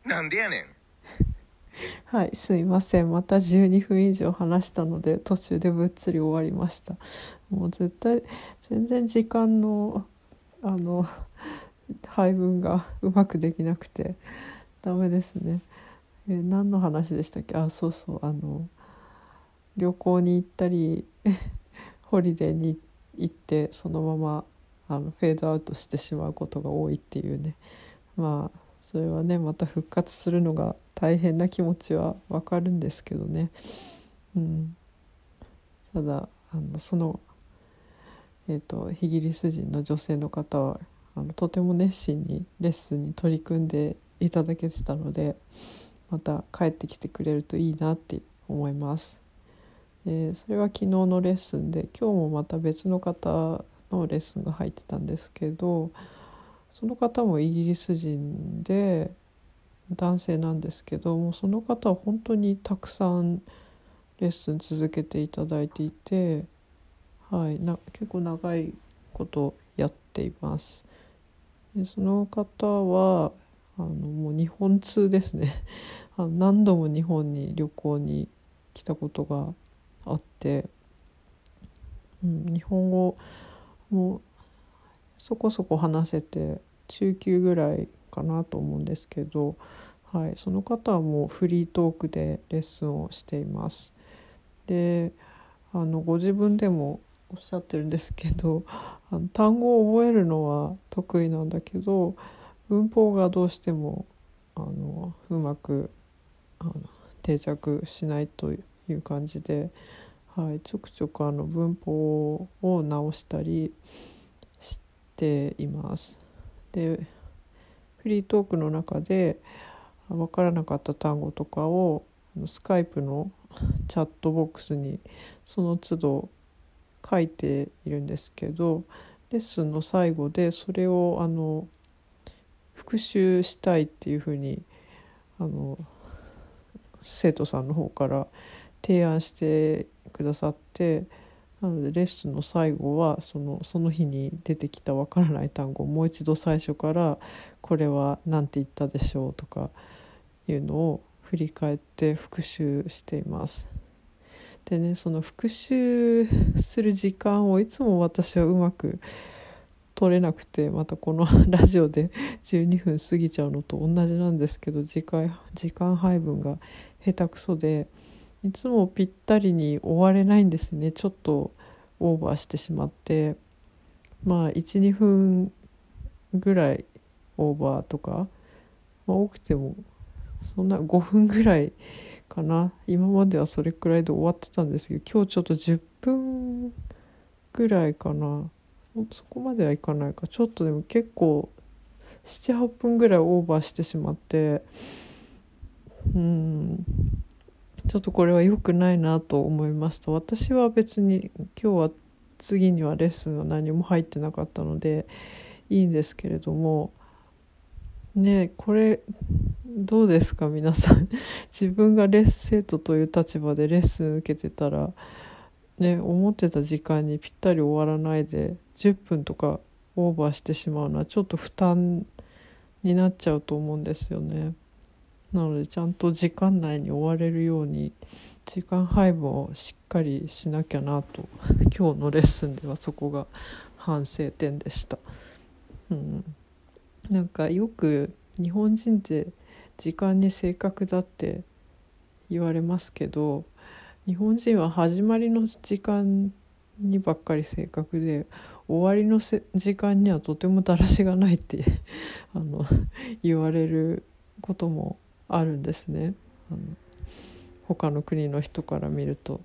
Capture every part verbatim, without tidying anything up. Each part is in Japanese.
なんでやねん。 はい、すいません。またじゅうにふん以上話したので途中でぶっつり終わりました。もう絶対全然時間のあの配分がうまくできなくてダメですね。えー何の話でしたっけ。あ、そうそう、あの旅行に行ったりホリデーに行ってそのままあのフェードアウトしてしまうことが多いっていうね。まあそれはね、また復活するのが大変な気持ちはわかるんですけどね。うん、ただあのその、えーと、イギリス人の女性の方はあのとても熱心にレッスンに取り組んでいただけてたので、また帰ってきてくれるといいなって思います。でそれは昨日のレッスンで、今日もまた別の方のレッスンが入ってたんですけど、その方もイギリス人で男性なんですけども、その方は本当にたくさんレッスン続けていただいていて、はい、な結構長いことやっています。でその方はあのもう日本通ですねあの何度も日本に旅行に来たことがあって、うん、日本語もそこそこ話せて中級ぐらいかなと思うんですけど、はい、その方はもうフリートークでレッスンをしています。であのご自分でもおっしゃってるんですけど、あの単語を覚えるのは得意なんだけど文法がどうしてもあのうまくあの定着しないという感じで、はい、ちょくちょくあの文法を直したりしています。でフリートークの中で分からなかった単語とかをスカイプのチャットボックスにその都度書いているんですけど、レッスンの最後でそれをあの復習したいっていうふうにあの生徒さんの方から提案してくださって、なのでレッスンの最後はそのその日に出てきたわからない単語をもう一度最初からこれは何て言ったでしょうとかいうのを振り返って復習しています。でね、その復習する時間をいつも私はうまく取れなくて、またこのラジオでじゅうにふん過ぎちゃうのと同じなんですけど、時間、時間配分が下手くそでいつもぴったりに終われないんですね。ちょっとオーバーしてしまって、まあ いちにふんぐらいオーバーとか、まあ、多くてもそんなごふんぐらいかな。今まではそれくらいで終わってたんですけど、今日ちょっとじゅっぷんぐらいかな。そ, そこまではいかないか。ちょっとでも結構ななはっぷんぐらいオーバーしてしまって、うーんちょっとこれは良くないなと思いました。私は別に今日は次にはレッスンが何も入ってなかったのでいいんですけれどもね、これどうですか皆さん自分がレッスン生徒という立場でレッスン受けてたらね、思ってた時間にぴったり終わらないでじゅっぷんとかオーバーしてしまうのはちょっと負担になっちゃうと思うんですよね。なのでちゃんと時間内に終われるように時間配分をしっかりしなきゃなと今日のレッスンではそこが反省点でした。うん、なんかよく日本人って時間に正確だって言われますけど、日本人は始まりの時間にばっかり正確で終わりのせ時間にはとてもだらしがないってあの言われることもあるんですね。あの他の国の人から見ると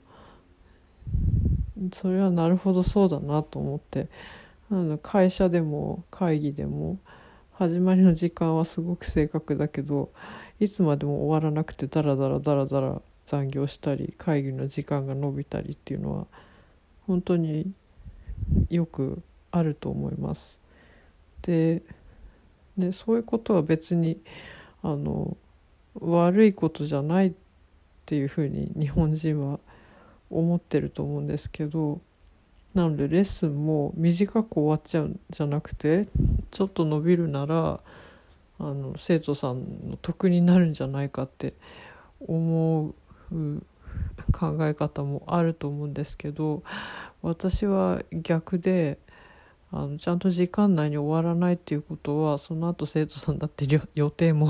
それはなるほどそうだなと思って、あの会社でも会議でも始まりの時間はすごく正確だけどいつまでも終わらなくてダラダラダラダラ残業したり会議の時間が延びたりっていうのは本当によくあると思います。で、ね、そういうことは別にあの悪いことじゃないっていうふうに日本人は思ってると思うんですけど、なのでレッスンも短く終わっちゃうんじゃなくてちょっと伸びるならあの生徒さんの得になるんじゃないかって思う考え方もあると思うんですけど、私は逆で、あのちゃんと時間内に終わらないっていうことは、その後生徒さんだって予定も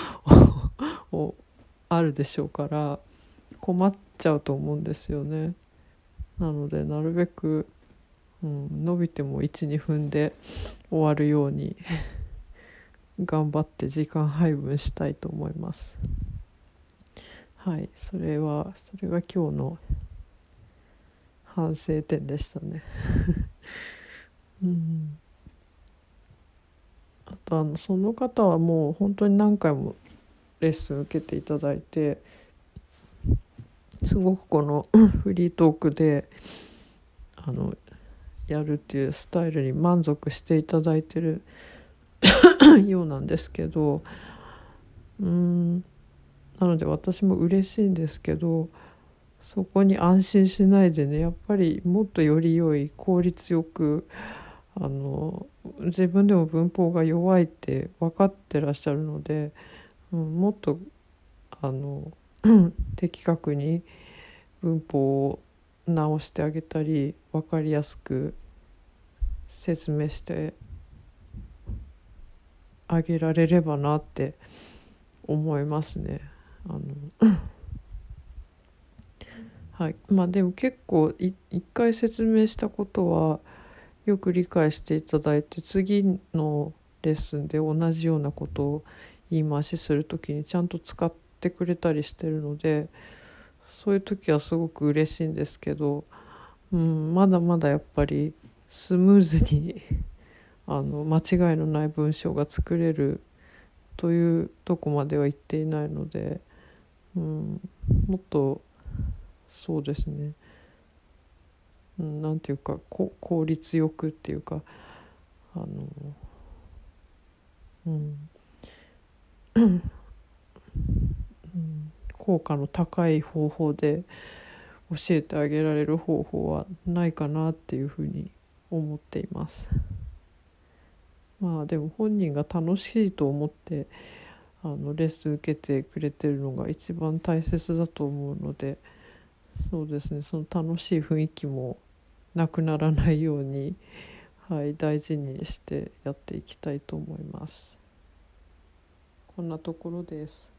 あるでしょうから困っちゃうと思うんですよね。なのでなるべく、うん、伸びても いちにふんで終わるように頑張って時間配分したいと思います。はい、それはそれが今日の反省点でしたね。うん、あとあのその方はもう本当に何回もレッスン受けていただいて、すごくこのフリートークであのやるっていうスタイルに満足していただいてるようなんですけど、うーんなので私も嬉しいんですけど、そこに安心しないでね、やっぱりもっとより良い効率よく、あの自分でも文法が弱いって分かってらっしゃるので、うん、もっとあの的確に文法を直してあげたり、分かりやすく説明してあげられればなって思いますね。あのはい、まあでも結構い一回説明したことはよく理解していただいて、次のレッスンで同じようなことを言い回しするときにちゃんと使ってくれたりしてるので、そういう時はすごく嬉しいんですけど、うん、まだまだやっぱりスムーズにあの間違いのない文章が作れるというとこまでは言っていないので、うん、もっとそうですね、うん、なんていうかこ効率よくっていうか、あの、うんうん、効果の高い方法で教えてあげられる方法はないかなっていうふうに思っています。まあでも本人が楽しいと思ってあのレッスン受けてくれてるのが一番大切だと思うので、そうですね、その楽しい雰囲気もなくならないように、はい、大事にしてやっていきたいと思います。こんなところです。